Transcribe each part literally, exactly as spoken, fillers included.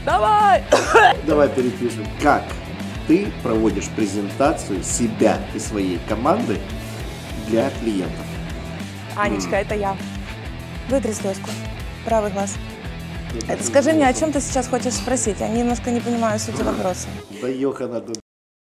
Давай! Давай перепишем. Как ты проводишь презентацию себя и своей команды для клиентов? Анечка, это я. Вытри слезку. Правый глаз. Это, скажи мне, о чем ты сейчас хочешь спросить? Я немножко не понимаю сути вопроса. Да ёхана тут.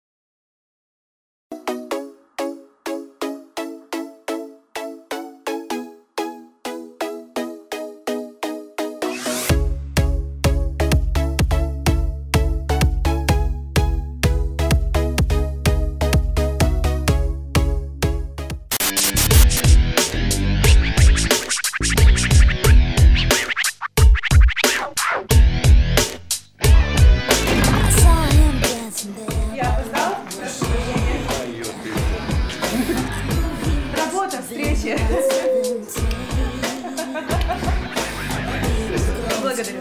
Благодарю.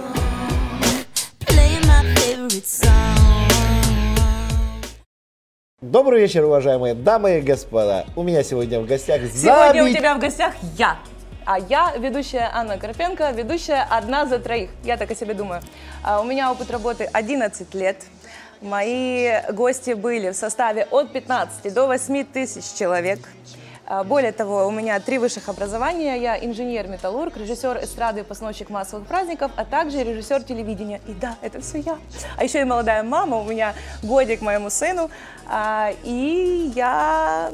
Добрый вечер, уважаемые дамы и господа. У меня сегодня в гостях Сегодня замечательный... у тебя в гостях я. А я ведущая Анна Карпенко, ведущая одна за троих. Я так о себе думаю. А у меня опыт работы одиннадцать лет. Мои гости были в составе от пятнадцати до восьми тысяч человек. Более того, у меня три высших образования. Я инженер-металлург, режиссер эстрады и постановщик массовых праздников, а также режиссер телевидения. И да, это все я. А еще и молодая мама, у меня годик моему сыну. И я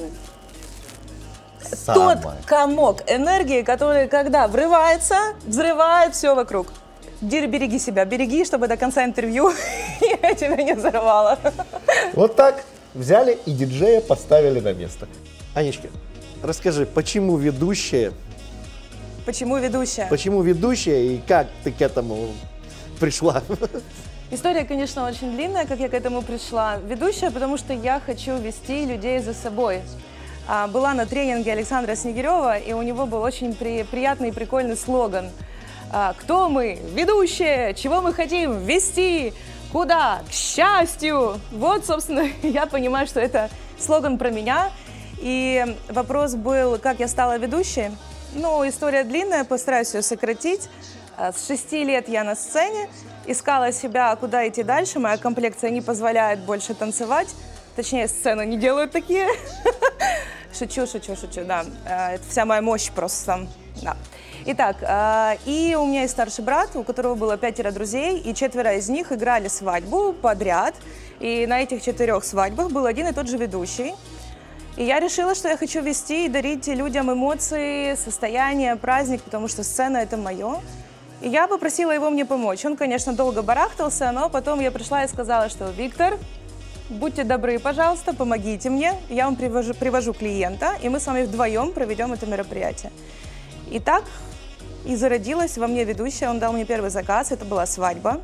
Самое. тот комок энергии, который, когда врывается, взрывает все вокруг. Береги себя, береги, чтобы до конца интервью я тебя не взорвала. Вот так взяли и диджея поставили на место. Анечка, расскажи, почему ведущая? Почему ведущая? Почему ведущая и как ты к этому пришла? История, конечно, очень длинная, как я к этому пришла. Ведущая, потому что я хочу вести людей за собой. Была на тренинге Александра Снегирева, и у него был очень при, приятный и прикольный слоган. Кто мы? Ведущие! Чего мы хотим? Вести! Куда? К счастью! Вот, собственно, я понимаю, что это слоган про меня. И вопрос был, как я стала ведущей. Ну, история длинная, постараюсь ее сократить. С шести лет я на сцене, искала себя, куда идти дальше. Моя комплекция не позволяет больше танцевать. Точнее, сцены не делают такие. Шучу, шучу, шучу, да. Это вся моя мощь просто. Да. Итак, и у меня есть старший брат, у которого было пятеро друзей, и четверо из них играли свадьбу подряд. И на этих четырех свадьбах был один и тот же ведущий. И я решила, что я хочу вести и дарить людям эмоции, состояние, праздник, потому что сцена – это мое. И я попросила его мне помочь. Он, конечно, долго барахтался, но потом я пришла и сказала, что «Виктор, будьте добры, пожалуйста, помогите мне, я вам привожу, привожу клиента, и мы с вами вдвоем проведем это мероприятие». И так и зародилась во мне ведущая. Он дал мне первый заказ, это была свадьба.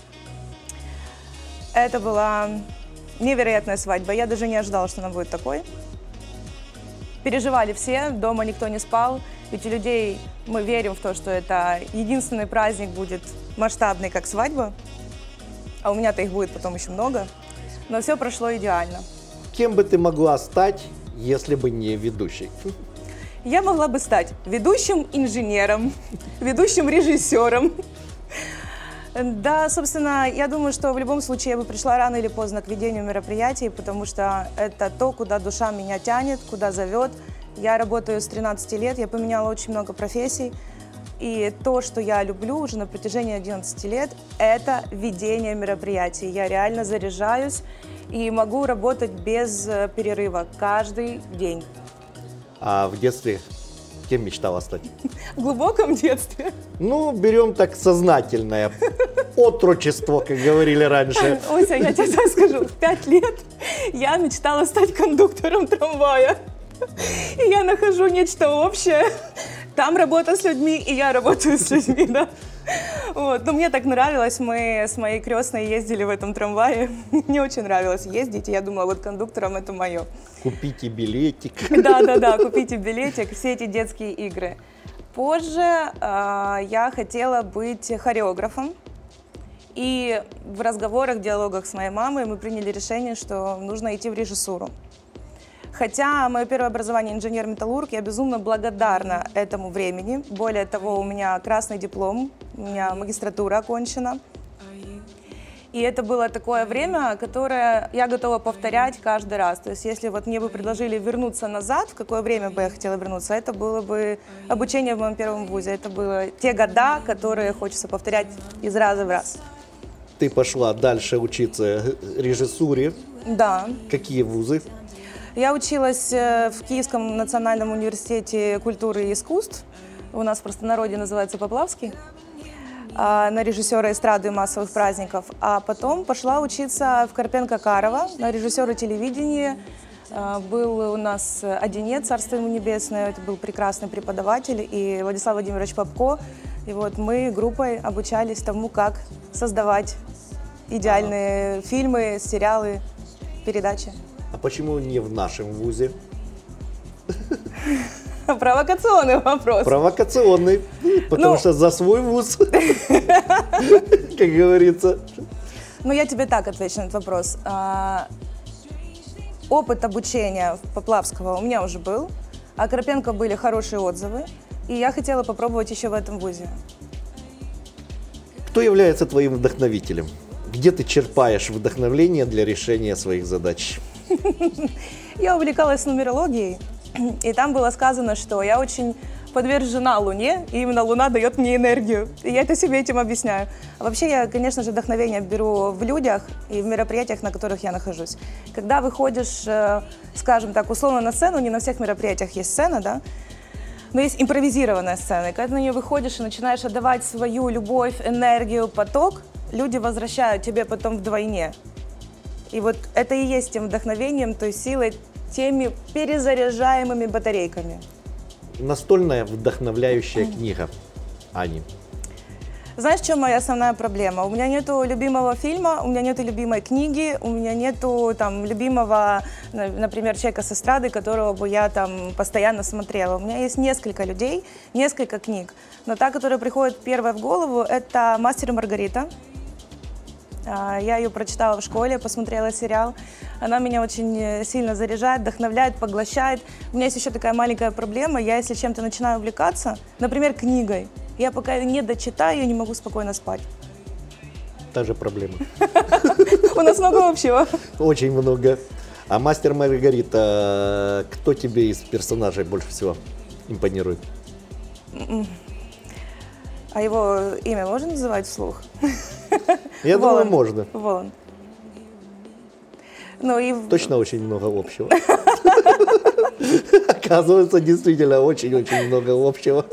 Это была невероятная свадьба, я даже не ожидала, что она будет такой. Переживали все, дома никто не спал, ведь у людей мы верим в то, что это единственный праздник будет масштабный, как свадьба, а у меня-то их будет потом еще много, но все прошло идеально. Кем бы ты могла стать, если бы не ведущей? Я могла бы стать ведущим инженером, ведущим режиссером. Да, собственно, я думаю, что в любом случае я бы пришла рано или поздно к ведению мероприятий, потому что это то, куда душа меня тянет, куда зовет. Я работаю с тринадцати лет, я поменяла очень много профессий. И то, что я люблю уже на протяжении одиннадцати лет, это ведение мероприятий. Я реально заряжаюсь и могу работать без перерыва каждый день. А в детстве кем мечтала стать? В глубоком детстве. Ну, берем так сознательное отрочество, как говорили раньше. Ося, я тебе так скажу, в пять лет я мечтала стать кондуктором трамвая. И я нахожу нечто общее. Там работа с людьми, и я работаю с людьми, да. Вот. Но мне так нравилось, мы с моей крестной ездили в этом трамвае. Мне очень нравилось ездить, и я думала, вот кондуктором это мое. Купите билетик. Да-да-да, купите билетик, все эти детские игры. Позже э, я хотела быть хореографом. И в разговорах, диалогах с моей мамой мы приняли решение, что нужно идти в режиссуру. Хотя мое первое образование инженер-металлург, я безумно благодарна этому времени. Более того, у меня красный диплом, у меня магистратура окончена. И это было такое время, которое я готова повторять каждый раз. То есть если вот мне бы предложили вернуться назад, в какое время бы я хотела вернуться, это было бы обучение в моем первом вузе. Это было те года, которые хочется повторять из раза в раз. Ты пошла дальше учиться режиссуре. Да. Какие вузы? Я училась в Киевском национальном университете культуры и искусств. У нас в простонародье называется Поплавский. На режиссера эстрады и массовых праздников. А потом пошла учиться в Карпенко-Карово на режиссера телевидения. Был у нас Одинец, царство ему небесное, это был прекрасный преподаватель, и Владислав Владимирович Попко. И вот мы группой обучались тому, как создавать идеальные а. фильмы, сериалы, передачи. А почему не в нашем вузе? Провокационный вопрос. Провокационный, потому ну, что за свой вуз, как говорится. Ну, я тебе так отвечу на этот вопрос. Опыт обучения Поплавского у меня уже был, а Карпенко были хорошие отзывы, и я хотела попробовать еще в этом вузе. Кто является твоим вдохновителем? Где ты черпаешь вдохновление для решения своих задач? Я увлекалась нумерологией. И там было сказано, что я очень подвержена Луне, и именно Луна дает мне энергию. И я это себе этим объясняю. А вообще я, конечно же, вдохновение беру в людях и в мероприятиях, на которых я нахожусь. Когда выходишь, скажем так, условно на сцену, не на всех мероприятиях есть сцена, да, но есть импровизированная сцена. И когда на нее выходишь и начинаешь отдавать свою любовь, энергию, поток, люди возвращают тебе потом вдвойне. И вот это и есть тем вдохновением, той силой, теми перезаряжаемыми батарейками. Настольная вдохновляющая книга Ани. Знаешь, в чем моя основная проблема? У меня нету любимого фильма, у меня нету любимой книги, у меня нету там любимого, например, человека с эстрады, которого бы я там постоянно смотрела. У меня есть несколько людей, несколько книг, но та, которая приходит первая в голову, это «Мастер и Маргарита». Я ее прочитала в школе, посмотрела сериал. Она меня очень сильно заряжает, вдохновляет, поглощает. У меня есть еще такая маленькая проблема. Я, если чем-то начинаю увлекаться, например, книгой, я пока не дочитаю, я не могу спокойно спать. Та же проблема. У нас много общего. Очень много. А «Мастер Маргарита», кто тебе из персонажей больше всего импонирует? А его имя можно называть вслух? Я думаю, можно. Волан. Ну, и... Точно очень много общего. Оказывается, действительно очень-очень много общего.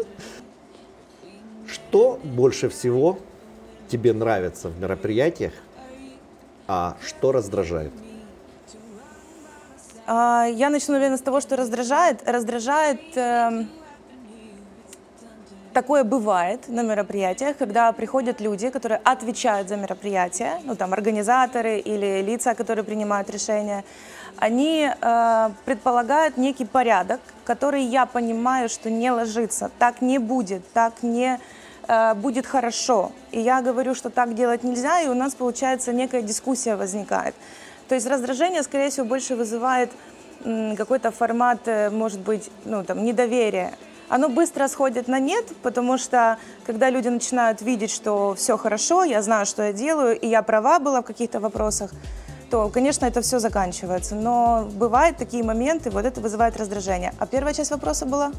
Что больше всего тебе нравится в мероприятиях, а что раздражает? А, я начну, наверное, с того, что раздражает. Раздражает... Э... Такое бывает на мероприятиях, когда приходят люди, которые отвечают за мероприятие, ну там организаторы или лица, которые принимают решения. Они э, предполагают некий порядок, который я понимаю, что не ложится, так не будет, так не э, будет хорошо. И я говорю, что так делать нельзя, и у нас получается некая дискуссия возникает. То есть раздражение, скорее всего, больше вызывает м, какой-то формат, может быть, ну там недоверия. Оно быстро сходит на нет, потому что когда люди начинают видеть, что все хорошо, я знаю, что я делаю, и я права была в каких-то вопросах, то, конечно, это все заканчивается. Но бывают такие моменты, вот это вызывает раздражение. А первая часть вопроса была?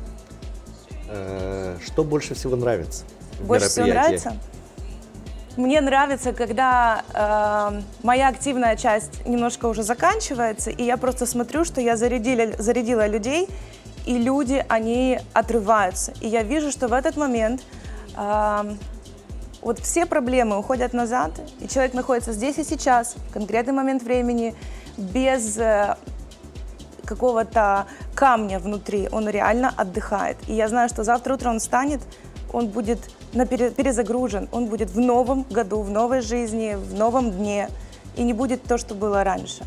Что больше всего нравится? Больше всего нравится? Мне нравится, когда э, моя активная часть немножко уже заканчивается, и я просто смотрю, что я зарядила, зарядила людей, и люди, они отрываются. И я вижу, что в этот момент э, вот все проблемы уходят назад, и человек находится здесь и сейчас, в конкретный момент времени, без э, какого-то камня внутри. Он реально отдыхает. И я знаю, что завтра утром он встанет, он будет перезагружен, он будет в новом году, в новой жизни, в новом дне, и не будет то, что было раньше.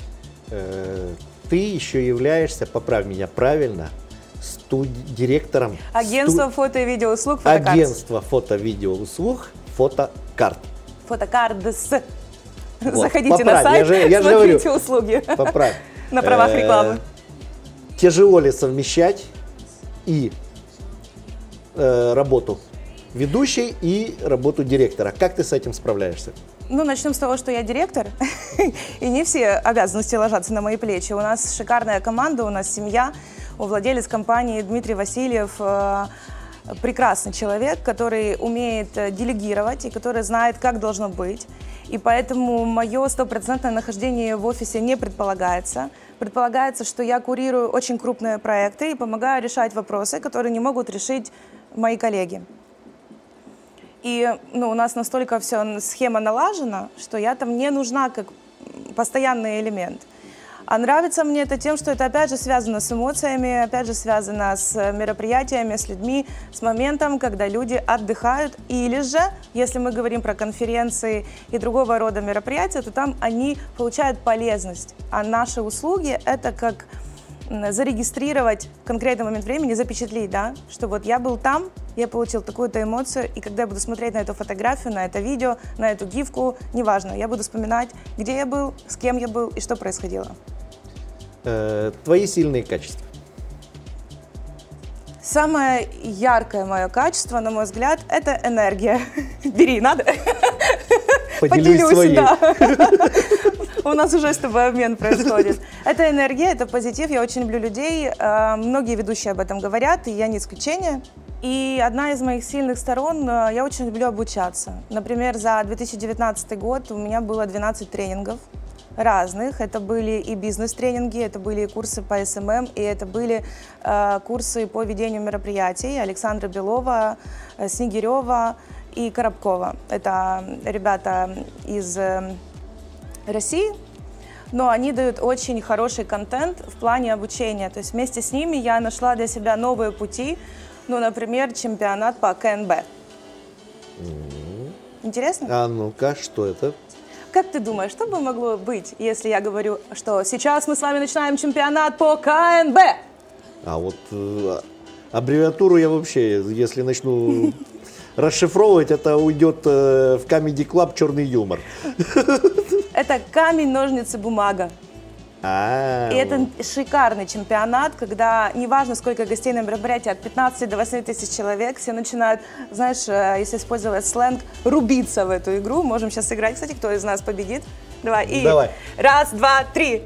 Ты еще являешься, поправь меня правильно, студ... директором... Агентство сту... фото- и видеоуслуг «Фотокарт». Агентство фото-видеоуслуг «Фотокарт». «Фотокардс». Вот, заходите поправь, на сайт, я же, я смотрите говорю, услуги. Поправь. На правах рекламы. Тяжело ли совмещать и работу в ведущей и работу директора. Как ты с этим справляешься? Ну, начнем с того, что я директор, и не все обязанности ложатся на мои плечи. У нас шикарная команда, у нас семья, у владелец компании Дмитрий Васильев э, прекрасный человек, который умеет делегировать и который знает, как должно быть. И поэтому мое стопроцентное нахождение в офисе не предполагается. Предполагается, что я курирую очень крупные проекты и помогаю решать вопросы, которые не могут решить мои коллеги. И ну, у нас настолько все, схема налажена, что я там не нужна как постоянный элемент. А нравится мне это тем, что это опять же связано с эмоциями, опять же связано с мероприятиями, с людьми, с моментом, когда люди отдыхают. Или же, если мы говорим про конференции и другого рода мероприятия, то там они получают полезность. А наши услуги – это как зарегистрировать в конкретный момент времени, запечатлеть, да, что вот я был там, я получил такую-то эмоцию, и когда я буду смотреть на эту фотографию, на это видео, на эту гифку, неважно, я буду вспоминать, где я был, с кем я был и что происходило. Э, твои сильные качества? Самое яркое мое качество, на мой взгляд, это энергия. Бери, надо? Поделюсь своей. Да. У нас уже с тобой обмен происходит. Это энергия, это позитив, я очень люблю людей. Многие ведущие об этом говорят, и я не исключение. И одна из моих сильных сторон, я очень люблю обучаться. Например, за две тысячи девятнадцатый год у меня было двенадцать тренингов разных. Это были и бизнес-тренинги, это были и курсы по эс эм эм, и это были э, курсы по ведению мероприятий Александра Белова, э, Снегирева и Коробкова. Это ребята из э, России, но они дают очень хороший контент в плане обучения. То есть вместе с ними я нашла для себя новые пути, ну, например, чемпионат по ка эн бэ. Mm-hmm. Интересно? А ну-ка, что это? Как ты думаешь, что бы могло быть, если я говорю, что сейчас мы с вами начинаем чемпионат по ка эн бэ? А вот э, аббревиатуру я вообще, если начну расшифровывать, это уйдет э, в Comedy Club черный юмор. Это камень, ножницы, бумага. А-а-а. И это шикарный чемпионат, когда неважно, сколько гостей на мероприятии, от пятнадцати до восьми тысяч человек, все начинают, знаешь, если использовать сленг, рубиться в эту игру. Можем сейчас сыграть, кстати, кто из нас победит. Давай. И Давай. Раз, два, три.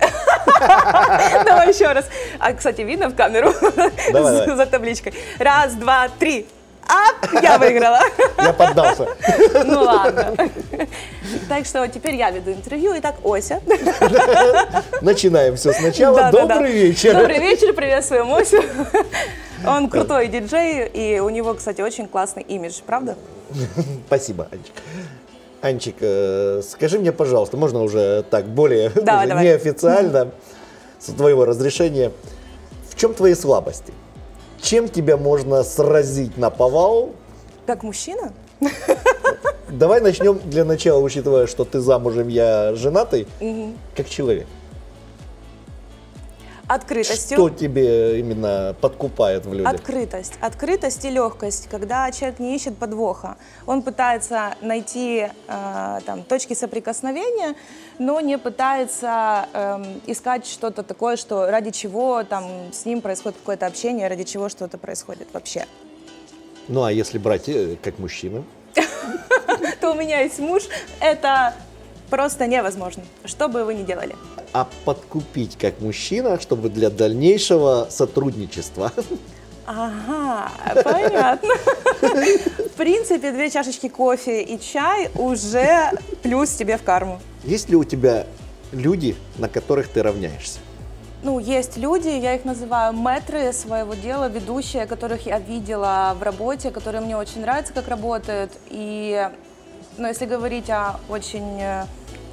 Давай еще раз. А, кстати, видно в камеру за табличкой. Раз, два, три. А, я выиграла. Я поддался. Ну ладно. Так что теперь я веду интервью. Итак, Ося. Начинаем все сначала. Да, Добрый да, да. вечер. Добрый вечер, приветствуем Осю. Он крутой диджей, и у него, кстати, очень классный имидж, правда? Спасибо, Анечка. Анчик, э, скажи мне, пожалуйста, можно уже так более Давай, уже давай. неофициально, с твоего разрешения, в чем твои слабости? Чем тебя можно сразить наповал? Как мужчина? Давай начнем для начала, учитывая, что ты замужем, я женатый, Угу. как человек. Открытостью. Что тебе именно подкупает в людях? Открытость. Открытость и легкость, когда человек не ищет подвоха. Он пытается найти э, там, точки соприкосновения, но не пытается э, искать что-то такое, что ради чего там, с ним происходит какое-то общение, ради чего что-то происходит вообще. Ну, а если брать э, как мужчина? То у меня есть муж, это просто невозможно, что бы вы ни делали. А подкупить как мужчина, чтобы для дальнейшего сотрудничества? Ага, понятно. В принципе, две чашечки кофе и чай уже плюс тебе в карму. Есть ли у тебя люди, на которых ты равняешься? Ну, есть люди, я их называю мэтры своего дела, ведущие, которых я видела в работе, которые мне очень нравятся, как работают. И, ну, если говорить о очень э,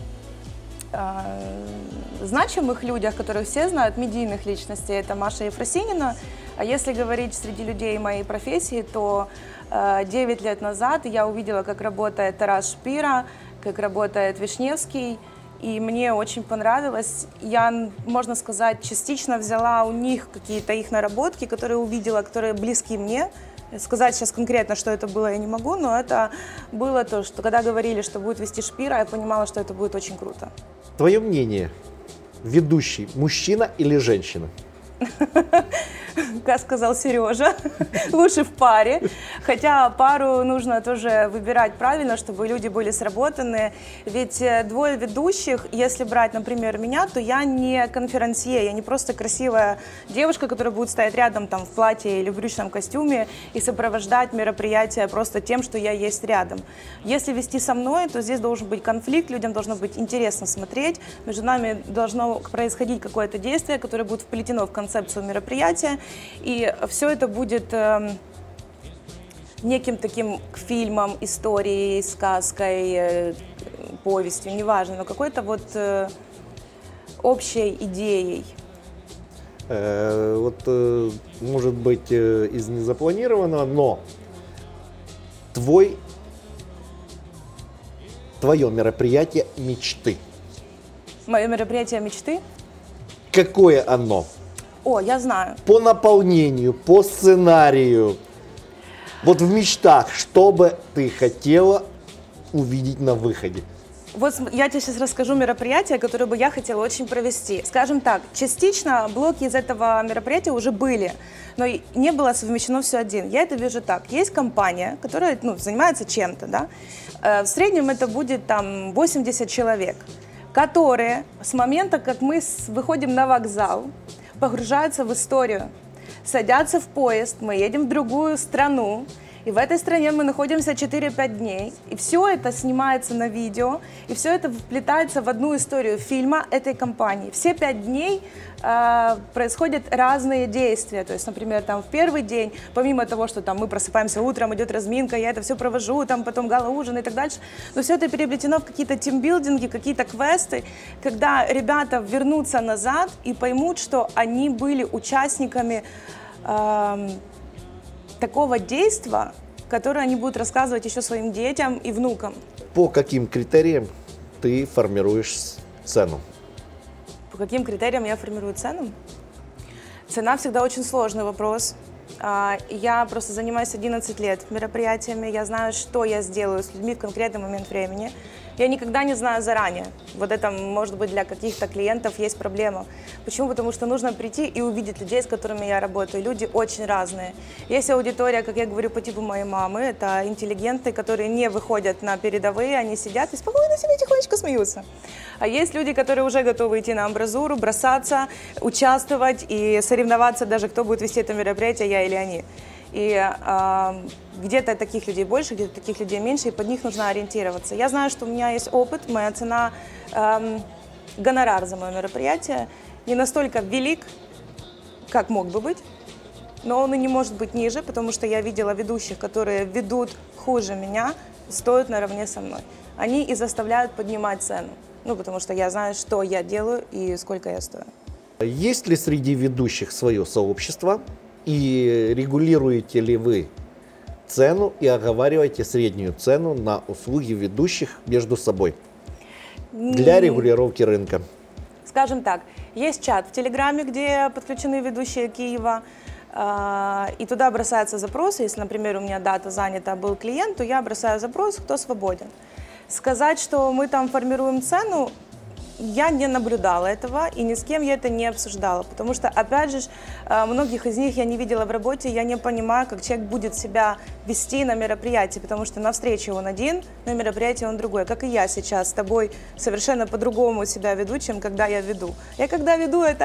значимых людях, которых все знают, медийных личностей, это Маша Ефросинина. А если говорить среди людей моей профессии, то э, девять лет назад я увидела, как работает Тарас Шпира, как работает Вишневский. И мне очень понравилось. Я, можно сказать, частично взяла у них какие-то их наработки, которые увидела, которые близки мне. Сказать сейчас конкретно, что это было, я не могу, но это было то, что когда говорили, что будет вести Шпира, я понимала, что это будет очень круто. Твое мнение, ведущий мужчина или женщина? как сказал Сережа, лучше в паре. Хотя пару нужно тоже выбирать правильно, чтобы люди были сработаны. Ведь двое ведущих, если брать, например, меня, то я не конферансье, я не просто красивая девушка, которая будет стоять рядом там, в платье или в брючном костюме и сопровождать мероприятие просто тем, что я есть рядом. Если вести со мной, то здесь должен быть конфликт, людям должно быть интересно смотреть, между нами должно происходить какое-то действие, которое будет вплетено в концепцию мероприятия. И все это будет э, неким таким фильмом, историей, сказкой, э, повестью, неважно, но какой-то вот э, общей идеей. Э, вот, э, может быть, э, из незапланированного, но твой, твое мероприятие мечты. Мое мероприятие мечты? Какое оно? О, я знаю. По наполнению, по сценарию. Вот в мечтах, что бы ты хотела увидеть на выходе? Вот я тебе сейчас расскажу мероприятие, которое бы я хотела очень провести. Скажем так, частично блоки из этого мероприятия уже были, но не было совмещено все один. Я это вижу так. Есть компания, которая ну, занимается чем-то, да? В среднем это будет там восемьдесят человек, которые с момента, как мы выходим на вокзал, погружаются в историю, садятся в поезд, мы едем в другую страну, и в этой стране мы находимся четыре-пять дней, и все это снимается на видео, и все это вплетается в одну историю фильма этой компании. Все пять дней э, происходят разные действия, то есть, например, там в первый день, помимо того, что там мы просыпаемся утром, идет разминка, я это все провожу, там потом гала-ужин и так дальше, но все это переплетено в какие-то тимбилдинги, какие-то квесты, когда ребята вернутся назад и поймут, что они были участниками э, такого действия, которое они будут рассказывать еще своим детям и внукам. По каким критериям ты формируешь цену? По каким критериям я формирую цену? Цена всегда очень сложный вопрос. Я просто занимаюсь одиннадцать лет мероприятиями, я знаю, что я сделаю с людьми в конкретный момент времени. Я никогда не знаю заранее. Вот это, может быть, для каких-то клиентов есть проблема. Почему? Потому что нужно прийти и увидеть людей, с которыми я работаю. Люди очень разные. Есть аудитория, как я говорю, по типу моей мамы. Это интеллигенты, которые не выходят на передовые, они сидят и спокойно себе тихонечко смеются. А есть люди, которые уже готовы идти на амбразуру, бросаться, участвовать и соревноваться даже, кто будет вести это мероприятие, я или они. И э, где-то таких людей больше, где-то таких людей меньше, и под них нужно ориентироваться. Я знаю, что у меня есть опыт, моя цена, э, гонорар за мое мероприятие не настолько велик, как мог бы быть, но он и не может быть ниже, потому что я видела ведущих, которые ведут хуже меня, стоят наравне со мной. Они и заставляют поднимать цену, ну, потому что я знаю, что я делаю и сколько я стою. Есть ли среди ведущих свое сообщество? И регулируете ли вы цену и оговариваете среднюю цену на услуги ведущих между собой для регулировки рынка? Скажем так, есть чат в Телеграме, где подключены ведущие Киева, и туда бросаются запросы. Если, например, у меня дата занята, был клиент, то я бросаю запрос, кто свободен. Сказать, что мы там формируем цену, я не наблюдала этого, и ни с кем я это не обсуждала, потому что, опять же, многих из них я не видела в работе, я не понимаю, как человек будет себя вести на мероприятии, потому что на встрече он один, на мероприятии он другой, как и я сейчас с тобой совершенно по-другому себя веду, чем когда я веду. Я когда веду, это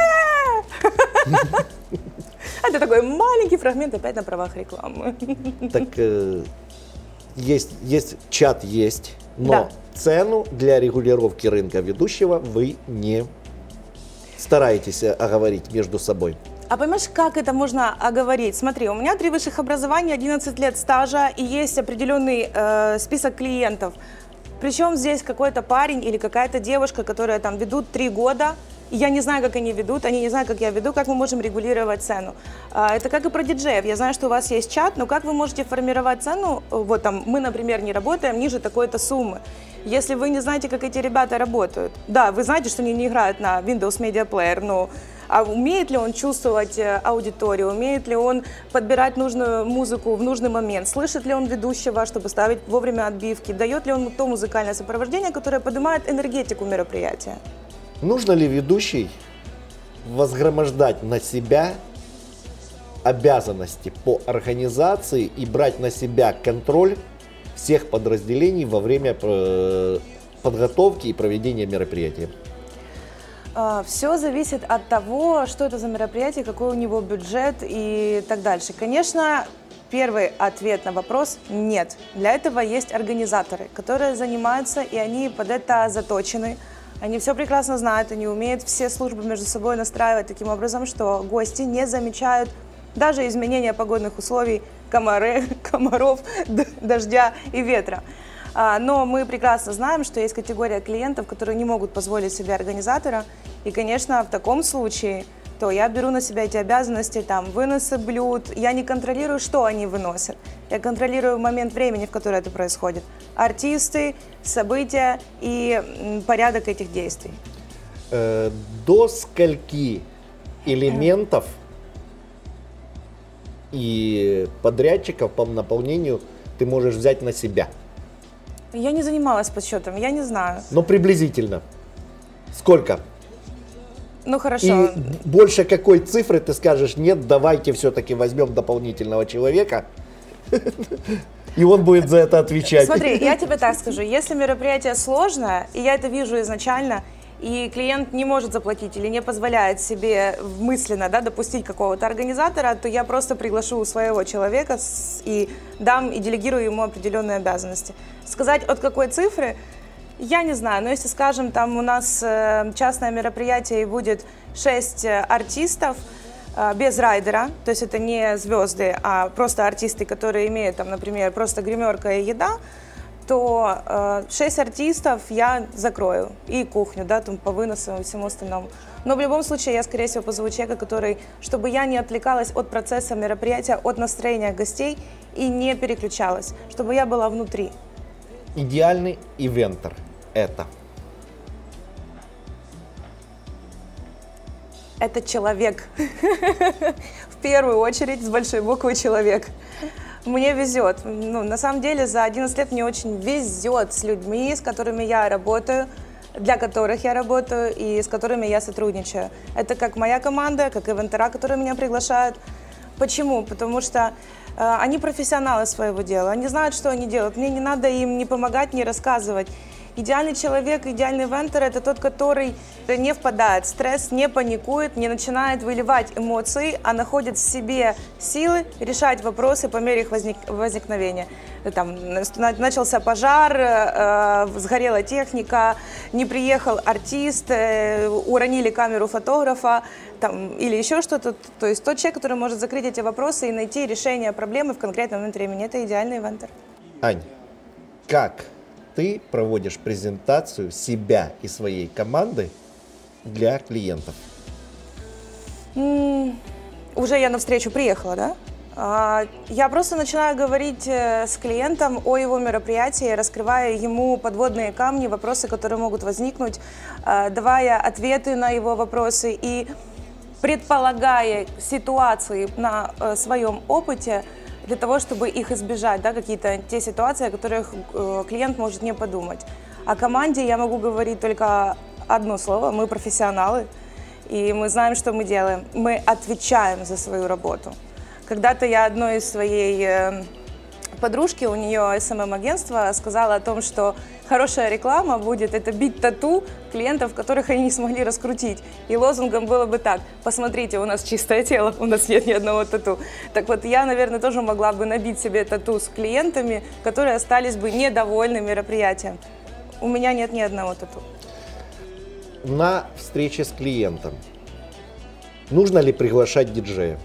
это такой маленький фрагмент опять на правах рекламы. Так, есть, есть чат есть, но да. Цену для регулировки рынка ведущего вы не стараетесь оговорить между собой. А понимаешь, как это можно оговорить? Смотри, у меня три высших образования, одиннадцать лет стажа и есть определенный э, список клиентов. Причем здесь какой-то парень или какая-то девушка, которая там ведут три года, и я не знаю, как они ведут, они не знают, как я веду, как мы можем регулировать цену. Это как и про диджеев. Я знаю, что у вас есть чат, но как вы можете формировать цену? Вот там мы, например, не работаем ниже такой-то суммы. Если вы не знаете, как эти ребята работают, да, вы знаете, что они не играют на Windows Media Player, но а умеет ли он чувствовать аудиторию, умеет ли он подбирать нужную музыку в нужный момент, слышит ли он ведущего, чтобы ставить вовремя отбивки, дает ли он то музыкальное сопровождение, которое поднимает энергетику мероприятия. Нужно ли ведущий возгромождать на себя обязанности по организации и брать на себя контроль всех подразделений во время подготовки и проведения мероприятия? Все зависит от того, что это за мероприятие, какой у него бюджет и так дальше. Конечно, первый ответ на вопрос – нет. Для этого есть организаторы, которые занимаются, и они под это заточены. Они все прекрасно знают, они умеют все службы между собой настраивать таким образом, что гости не замечают даже изменения погодных условий, комары, комаров, дождя и ветра. Но мы прекрасно знаем, что есть категория клиентов, которые не могут позволить себе организатора. И, конечно, в таком случае, то я беру на себя эти обязанности, там, выносы блюд. Я не контролирую, что они выносят. Я контролирую момент времени, в который это происходит. Артисты, события и порядок этих действий. Э, до скольки элементов и подрядчиков по наполнению ты можешь взять на себя? Я не занималась подсчетом, я не знаю. Но приблизительно. Сколько? Ну хорошо. И больше какой цифры ты скажешь: нет, давайте все-таки возьмем дополнительного человека, и он будет за это отвечать. Смотри, я тебе так скажу, если мероприятие сложное, и я это вижу изначально, и клиент не может заплатить или не позволяет себе мысленно, да, допустить какого-то организатора, то я просто приглашу своего человека и дам и делегирую ему определенные обязанности. Сказать от какой цифры, я не знаю, но если, скажем, там у нас частное мероприятие и будет шесть артистов без райдера, то есть это не звезды, а просто артисты, которые имеют, там, например, просто гримерка и еда, то э, шесть артистов я закрою, и кухню, да, там, по выносу и всему остальному. Но в любом случае я, скорее всего, позову человека, который, чтобы я не отвлекалась от процесса мероприятия, от настроения гостей и не переключалась, чтобы я была внутри. Идеальный ивентер – это? Это человек. В первую очередь, с большой буквы человек. Мне везет. Ну, на самом деле, за одиннадцать лет мне очень везет с людьми, с которыми я работаю, для которых я работаю и с которыми я сотрудничаю. Это как моя команда, как ивентера, которые меня приглашают. Почему? Потому что э, они профессионалы своего дела, они знают, что они делают. Мне не надо им ни помогать, ни рассказывать. Идеальный человек, идеальный ивентер – это тот, который не впадает в стресс, не паникует, не начинает выливать эмоции, а находит в себе силы решать вопросы по мере их возник возникновения. Там, начался пожар, э, сгорела техника, не приехал артист, э, уронили камеру фотографа там, или еще что-то. То есть тот человек, который может закрыть эти вопросы и найти решение проблемы в конкретном момент времени. Это идеальный ивентер. Ань, как ты проводишь презентацию себя и своей команды для клиентов? Mm, уже я навстречу приехала, да? Uh, я просто начинаю говорить uh, с клиентом о его мероприятии, раскрывая ему подводные камни, вопросы, которые могут возникнуть, uh, давая ответы на его вопросы и предполагая ситуации на uh, своем опыте, для того, чтобы их избежать, да, какие-то те ситуации, о которых э, клиент может не подумать. О команде я могу говорить только одно слово: мы профессионалы, и мы знаем, что мы делаем. Мы отвечаем за свою работу. Когда-то я одной из своей э, подружки, у нее эс эм эм-агентство, сказала о том, что хорошая реклама будет это бить тату клиентов, которых они не смогли раскрутить. И лозунгом было бы так: посмотрите, у нас чистое тело, у нас нет ни одного тату. Так вот, я, наверное, тоже могла бы набить себе тату с клиентами, которые остались бы недовольны мероприятием. У меня нет ни одного тату. На встрече с клиентом нужно ли приглашать диджея?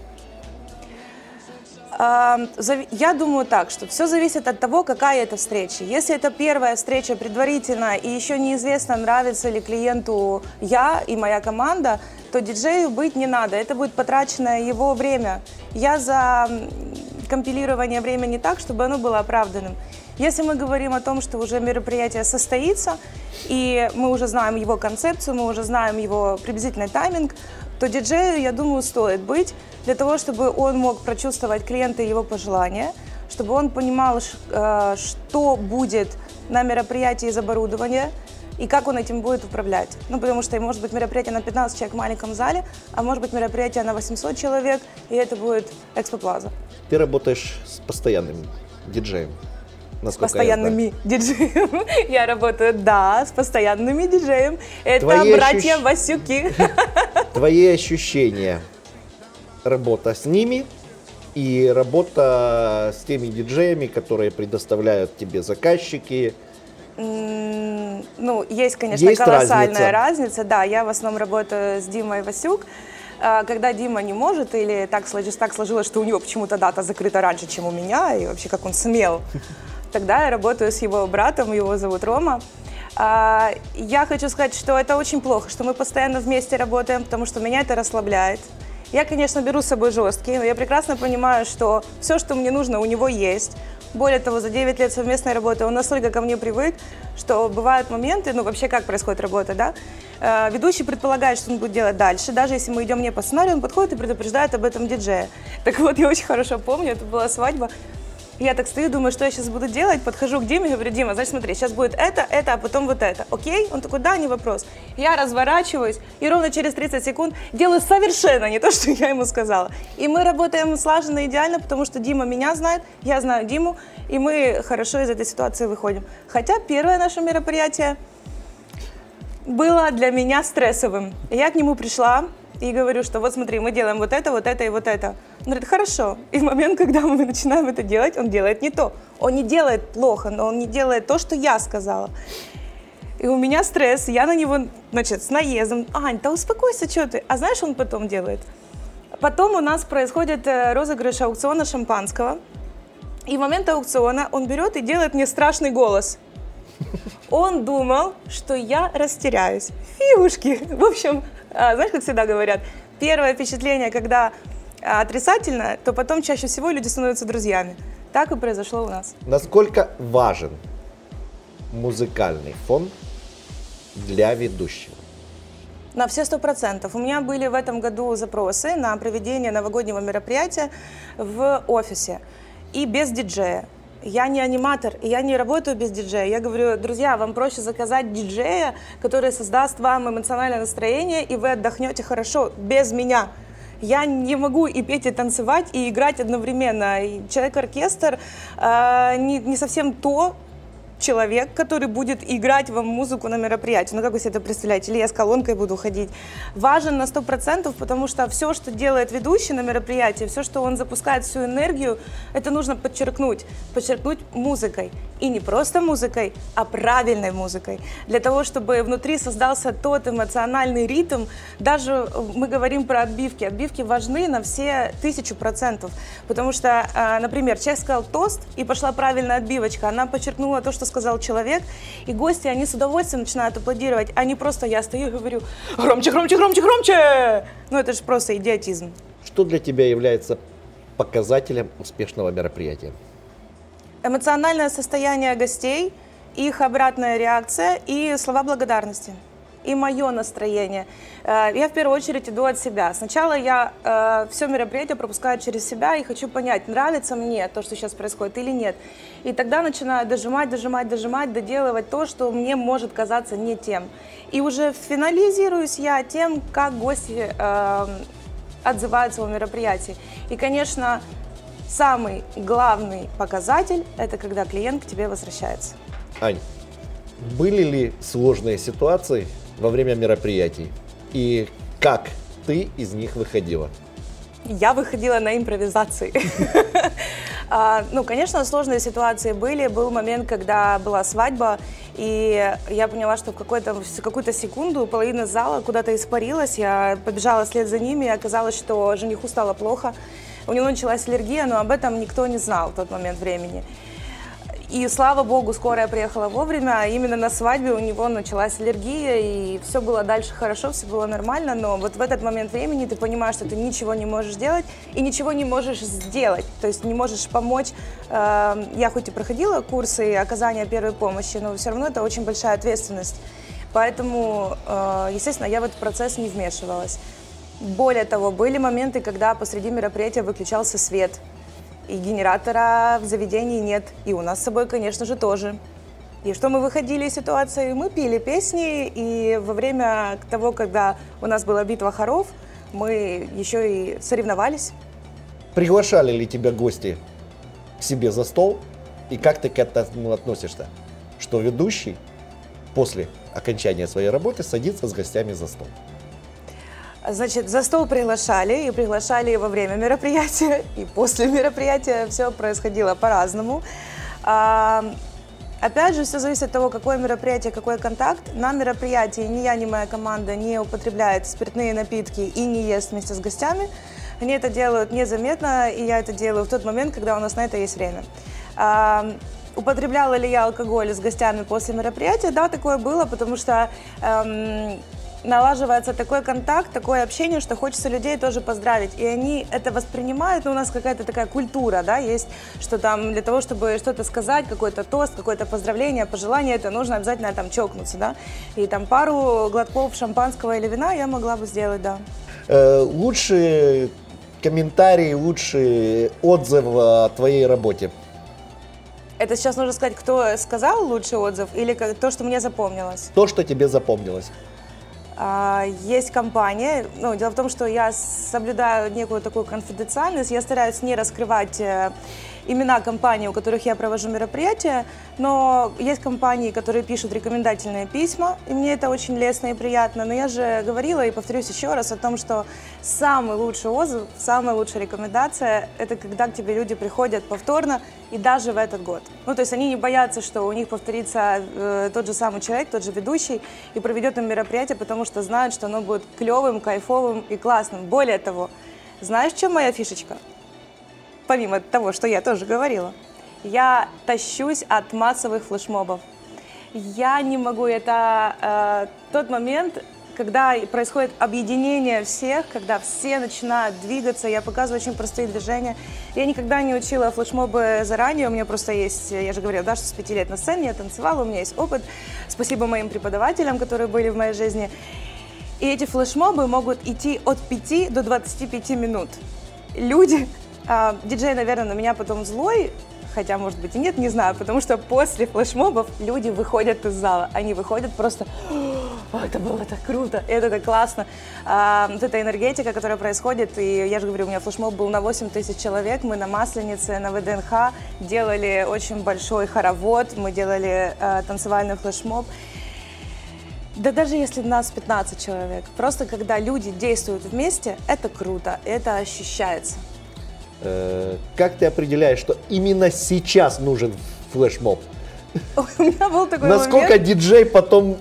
Я думаю так, что все зависит от того, какая это встреча. Если это первая встреча предварительно и еще неизвестно, нравится ли клиенту я и моя команда, то диджею быть не надо. Это будет потраченное его время. Я за компилирование времени так, чтобы оно было оправданным. Если мы говорим о том, что уже мероприятие состоится, и мы уже знаем его концепцию, мы уже знаем его приблизительный тайминг, то диджею, я думаю, стоит быть для того, чтобы он мог прочувствовать клиента и его пожелания, чтобы он понимал, что будет на мероприятии из оборудования и как он этим будет управлять. Ну, потому что может быть мероприятие на пятнадцать человек в маленьком зале, а может быть мероприятие на восемьсот человек, и это будет Экспо-Плаза. Ты работаешь с постоянным диджеем? С постоянными диджеем. Я работаю, да, с постоянными диджеем. Это Твои братья ощущ... Васюки. Твои ощущения, работа с ними и работа с теми диджеями, которые предоставляют тебе заказчики? Mm, ну, есть, конечно, есть колоссальная разница. разница. Да, я в основном работаю с Димой Васюк. Когда Дима не может или так сложилось, так сложилось, что у него почему-то дата закрыта раньше, чем у меня, и вообще как он смел, тогда я работаю с его братом, его зовут Рома. Я хочу сказать, что это очень плохо, что мы постоянно вместе работаем, потому что меня это расслабляет. Я, конечно, беру с собой жесткий, но я прекрасно понимаю, что все, что мне нужно, у него есть. Более того, за девять лет совместной работы он настолько ко мне привык, что бывают моменты, ну вообще как происходит работа, да? Э, ведущий предполагает, что он будет делать дальше, даже если мы идем не по сценарию, он подходит и предупреждает об этом диджея. Так вот, я очень хорошо помню, это была свадьба. Я так стою, думаю, что я сейчас буду делать, подхожу к Диме и говорю: Дима, значит, смотри, сейчас будет это, это, а потом вот это, окей? Он такой: да, не вопрос. Я разворачиваюсь и ровно через тридцать секунд делаю совершенно не то, что я ему сказала. И мы работаем слаженно, идеально, потому что Дима меня знает, я знаю Диму, и мы хорошо из этой ситуации выходим. Хотя первое наше мероприятие было для меня стрессовым. Я к нему пришла и говорю, что вот смотри, мы делаем вот это, вот это и вот это. Он говорит: хорошо. И в момент, когда мы начинаем это делать, он делает не то. Он не делает плохо, но он не делает то, что я сказала. И у меня стресс, я на него, значит, с наездом: Ань, да успокойся, что ты? А знаешь, он потом делает? Потом у нас происходит розыгрыш аукциона шампанского. И в момент аукциона он берет и делает мне страшный голос. Он думал, что я растеряюсь. Фигушки. В общем, знаешь, как всегда говорят, первое впечатление, когда отрицательное, то потом чаще всего люди становятся друзьями. Так и произошло у нас. Насколько важен музыкальный фон для ведущего? На все сто процентов. У меня были в этом году запросы на проведение новогоднего мероприятия в офисе и без диджея. Я не аниматор, и я не работаю без диджея. Я говорю: друзья, вам проще заказать диджея, который создаст вам эмоциональное настроение, и вы отдохнете хорошо без меня. Я не могу и петь, и танцевать, и играть одновременно. Человек-оркестр э, не, не совсем то, человек, который будет играть вам музыку на мероприятии. Ну, как вы себе это представляете? Или я с колонкой буду ходить? Важен на сто процентов, потому что все, что делает ведущий на мероприятии, все, что он запускает, всю энергию, это нужно подчеркнуть. Подчеркнуть музыкой. И не просто музыкой, а правильной музыкой. Для того, чтобы внутри создался тот эмоциональный ритм. Даже мы говорим про отбивки. Отбивки важны на все тысячу процентов. Потому что, например, человек сказал тост, и пошла правильная отбивочка. Она подчеркнула то, что сказал человек, и гости, они с удовольствием начинают аплодировать, а не просто я стою и говорю: громче, громче, громче, громче! Ну, это же просто идиотизм. Что для тебя является показателем успешного мероприятия? Эмоциональное состояние гостей, их обратная реакция и слова благодарности. И мое настроение. Я в первую очередь иду от себя. Сначала я э, все мероприятие пропускаю через себя и хочу понять, нравится мне то, что сейчас происходит, или нет. И тогда начинаю дожимать, дожимать, дожимать, доделывать то, что мне может казаться не тем. И уже финализируюсь я тем, как гости э, отзываются о мероприятии. И, конечно, самый главный показатель – это когда клиент к тебе возвращается. Ань, были ли сложные ситуации во время мероприятий? И как ты из них выходила? Я выходила на импровизации. Ну, конечно, сложные ситуации были. Был момент, когда была свадьба, и я поняла, что в какую-то секунду половина зала куда-то испарилась. Я побежала вслед за ними, и оказалось, что жениху стало плохо. У него началась аллергия, но об этом никто не знал в тот момент времени. И, слава богу, скорая приехала вовремя, а именно на свадьбе у него началась аллергия, и все было дальше хорошо, все было нормально, но вот в этот момент времени ты понимаешь, что ты ничего не можешь делать и ничего не можешь сделать, то есть не можешь помочь. Я хоть и проходила курсы оказания первой помощи, но все равно это очень большая ответственность, поэтому, естественно, я в этот процесс не вмешивалась. Более того, были моменты, когда посреди мероприятия выключался свет. и генератора в заведении нет, и у нас с собой, конечно же, тоже. И что мы выходили из ситуации, мы пели песни, и во время того, когда у нас была битва хоров, мы еще и соревновались. Приглашали ли тебя гости к себе за стол? И как ты к этому относишься? Что ведущий после окончания своей работы садится с гостями за стол? Значит, за стол приглашали, и приглашали во время мероприятия, и после мероприятия. Все происходило по-разному. А, опять же, все зависит от того, какое мероприятие, какой контакт. На мероприятии ни я, ни моя команда не употребляет спиртные напитки и не ест вместе с гостями. Они это делают незаметно, и я это делаю в тот момент, когда у нас на это есть время. А, употребляла ли я алкоголь с гостями после мероприятия? Да, такое было, потому что эм, налаживается такой контакт, такое общение, что хочется людей тоже поздравить. И они это воспринимают, но у нас какая-то такая культура, да, есть, что там для того, чтобы что-то сказать, какой-то тост, какое-то поздравление, пожелание, это нужно обязательно там чокнуться, да. И там пару глотков шампанского или вина я могла бы сделать, да. Э, лучшие комментарии, лучший отзыв о твоей работе? Это сейчас нужно сказать, кто сказал лучший отзыв или то, что мне запомнилось? То, что тебе запомнилось. А, есть компания, ну, дело в том, что я соблюдаю некую такую конфиденциальность, я стараюсь не раскрывать э, имена компаний, у которых я провожу мероприятия, но есть компании, которые пишут рекомендательные письма, и мне это очень лестно и приятно, но я же говорила и повторюсь еще раз о том, что самый лучший отзыв, самая лучшая рекомендация – это когда к тебе люди приходят повторно и даже в этот год. Ну, то есть они не боятся, что у них повторится э, тот же самый человек, тот же ведущий и проведет им мероприятие, потому что знают, что оно будет клевым, кайфовым и классным. Более того, знаешь, в чем моя фишечка? Помимо того, что я тоже говорила, я тащусь от массовых флешмобов. Я не могу, это э, тот момент, когда происходит объединение всех, когда все начинают двигаться, я показываю очень простые движения. Я никогда не учила флешмобы заранее, у меня просто есть, я же говорила, да, что с пяти лет на сцене я танцевала, у меня есть опыт. Спасибо моим преподавателям, которые были в моей жизни. И эти флешмобы могут идти от пяти до двадцати пяти минут. Люди, э, диджей, наверное, на меня потом злой, хотя, может быть, и нет, не знаю, потому что после флешмобов люди выходят из зала, они выходят просто, о, это было так круто, это так классно. А, вот эта энергетика, которая происходит, и я же говорю, у меня флешмоб был на восемь тысяч человек, мы на Масленице, на вэ дэ эн ха делали очень большой хоровод, мы делали а, танцевальный флешмоб. Да даже если нас пятнадцать человек, просто когда люди действуют вместе, это круто, это ощущается. Как ты определяешь, что именно сейчас нужен флешмоб? У меня был такой Насколько момент. диджей потом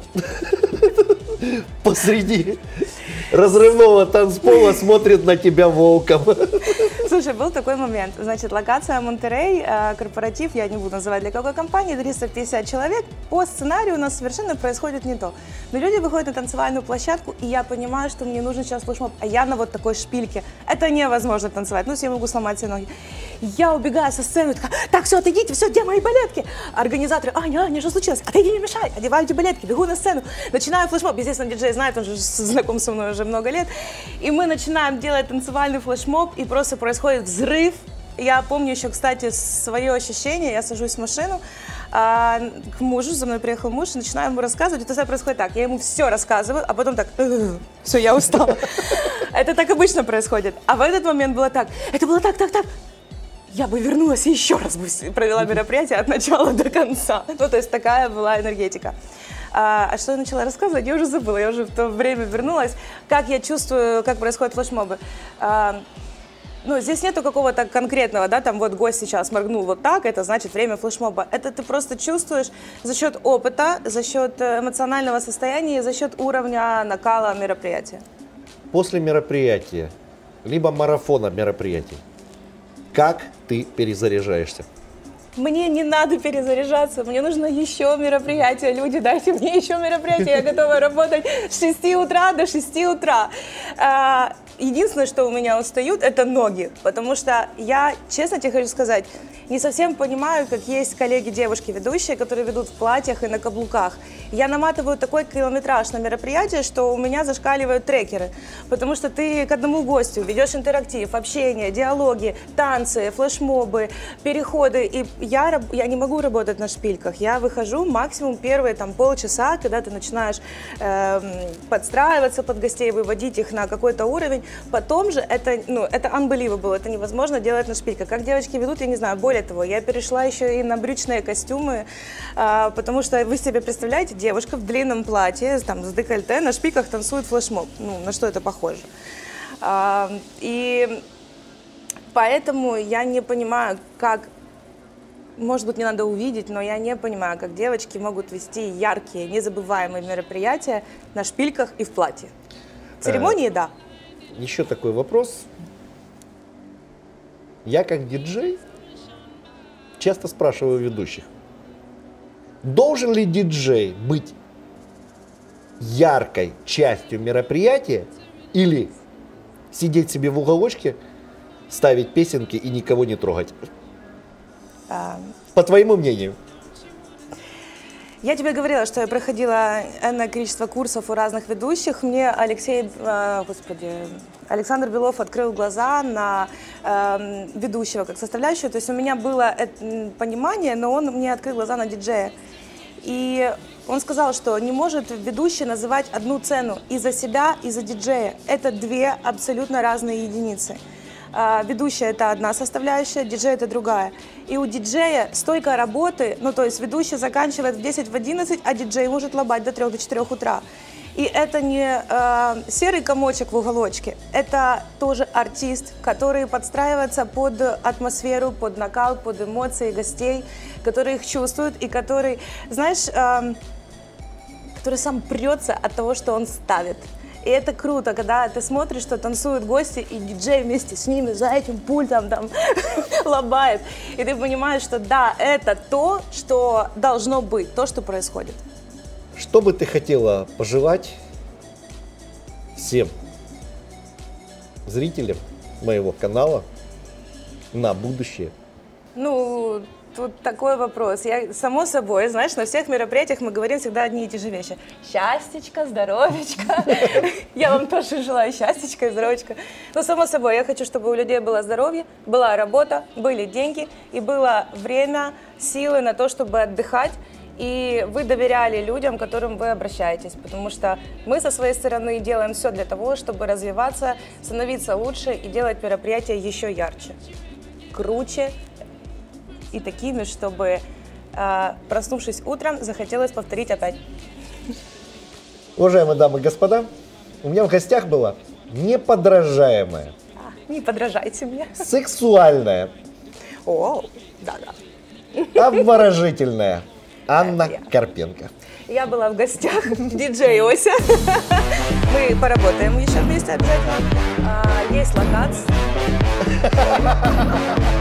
посреди разрывного танцпола смотрит на тебя волком? Слушай, был такой момент. Значит, локация Монтерей, корпоратив, я не буду называть для какой компании, триста пятьдесят человек. По сценарию у нас совершенно происходит не то. Но люди выходят на танцевальную площадку, и я понимаю, что мне нужен сейчас флешмоб, а я на вот такой шпильке. Это невозможно танцевать, ну, если я могу сломать все ноги. Я убегаю со сцены, такая, так, все, отойдите, все, где мои балетки? Организаторы, Аня, Аня, что случилось? Отойди, не мешай, одеваю эти балетки, бегу на сцену, начинаю флешмоб. Естественно, диджей знает, он же знаком со мной уже много лет. И мы начинаем делать танцевальный флешмоб, и просто происходит взрыв. Я помню еще, кстати, свое ощущение. Я сажусь в машину а, к мужу, за мной приехал муж, и начинаю ему рассказывать. Это происходит так, я ему все рассказываю, а потом так, все, я устала. Это так обычно происходит. А в этот момент было так, это было так, так, так. Я бы вернулась и еще раз бы провела мероприятие от начала до конца. Ну, то есть такая была энергетика. А, а что я начала рассказывать, я уже забыла, я уже в то время вернулась. Как я чувствую, как происходят флешмобы. А, ну, здесь нету какого-то конкретного, да, там вот гость сейчас моргнул вот так, это значит время флешмоба. Это ты просто чувствуешь за счет опыта, за счет эмоционального состояния и за счет уровня накала мероприятия. После мероприятия, либо марафона мероприятий, как ты перезаряжаешься? Мне не надо перезаряжаться, мне нужно еще мероприятие. Люди, дайте мне еще мероприятие, я готова работать с шести утра до шести утра. Единственное, что у меня устают, это ноги, потому что я, честно тебе хочу сказать, не совсем понимаю, как есть коллеги-девушки-ведущие, которые ведут в платьях и на каблуках. Я наматываю такой километраж на мероприятие, что у меня зашкаливают трекеры, потому что ты к одному гостю ведешь интерактив, общение, диалоги, танцы, флешмобы, переходы. И я, я не могу работать на шпильках. Я выхожу максимум первые там, полчаса, когда ты начинаешь э, подстраиваться под гостей, выводить их на какой-то уровень. Потом же это, ну, это unbelievable, это невозможно делать на шпильках. Как девочки ведут, я не знаю. Более того, я перешла еще и на брючные костюмы, э, потому что вы себе представляете, девушка в длинном платье, там, с декольте, на шпильках танцует флешмоб. Ну, на что это похоже? Э, и поэтому я не понимаю, как... Может быть, мне надо увидеть, но я не понимаю, как девочки могут вести яркие, незабываемые мероприятия на шпильках и в платье. Церемонии, да. Еще такой вопрос. Я как диджей часто спрашиваю ведущих, должен ли диджей быть яркой частью мероприятия или сидеть себе в уголочке, ставить песенки и никого не трогать? По твоему мнению. Я тебе говорила, что я проходила энное количество курсов у разных ведущих. Мне Алексей, э, господи, Александр Белов открыл глаза на э, ведущего как составляющую. То есть у меня было это понимание, но он мне открыл глаза на диджея. И он сказал, что не может ведущий называть одну цену и за себя, и за диджея. Это две абсолютно разные единицы. Uh, ведущая – это одна составляющая, диджей – это другая. И у диджея столько работы, ну то есть ведущий заканчивает в десять, в одиннадцать, а диджей может лобать до трёх, до четырёх утра. И это не uh, серый комочек в уголочке, это тоже артист, который подстраивается под атмосферу, под накал, под эмоции гостей, который их чувствует и который, знаешь, uh, который сам прется от того, что он ставит. И это круто, когда ты смотришь, что танцуют гости, и диджей вместе с ними за этим пультом там лобает. И ты понимаешь, что да, это то, что должно быть, то, что происходит. Что бы ты хотела пожелать всем зрителям моего канала на будущее? Ну, тут такой вопрос. Я, само собой, знаешь, на всех мероприятиях мы говорим всегда одни и те же вещи. Счастьечко, здоровечко. Я вам тоже желаю счастьечка и здоровечка. Но, само собой, я хочу, чтобы у людей было здоровье, была работа, были деньги и было время, силы на то, чтобы отдыхать. И вы доверяли людям, к которым вы обращаетесь. Потому что мы со своей стороны делаем все для того, чтобы развиваться, становиться лучше и делать мероприятия еще ярче, круче. И такими, чтобы, э, проснувшись утром, захотелось повторить опять. Уважаемые дамы и господа, у меня в гостях была неподражаемая, А, не подражайте мне. сексуальная, О, да-да. обворожительная Анна Я. Карпенко. Я была в гостях диджей Ося. Мы поработаем еще вместе обязательно. А, есть локация.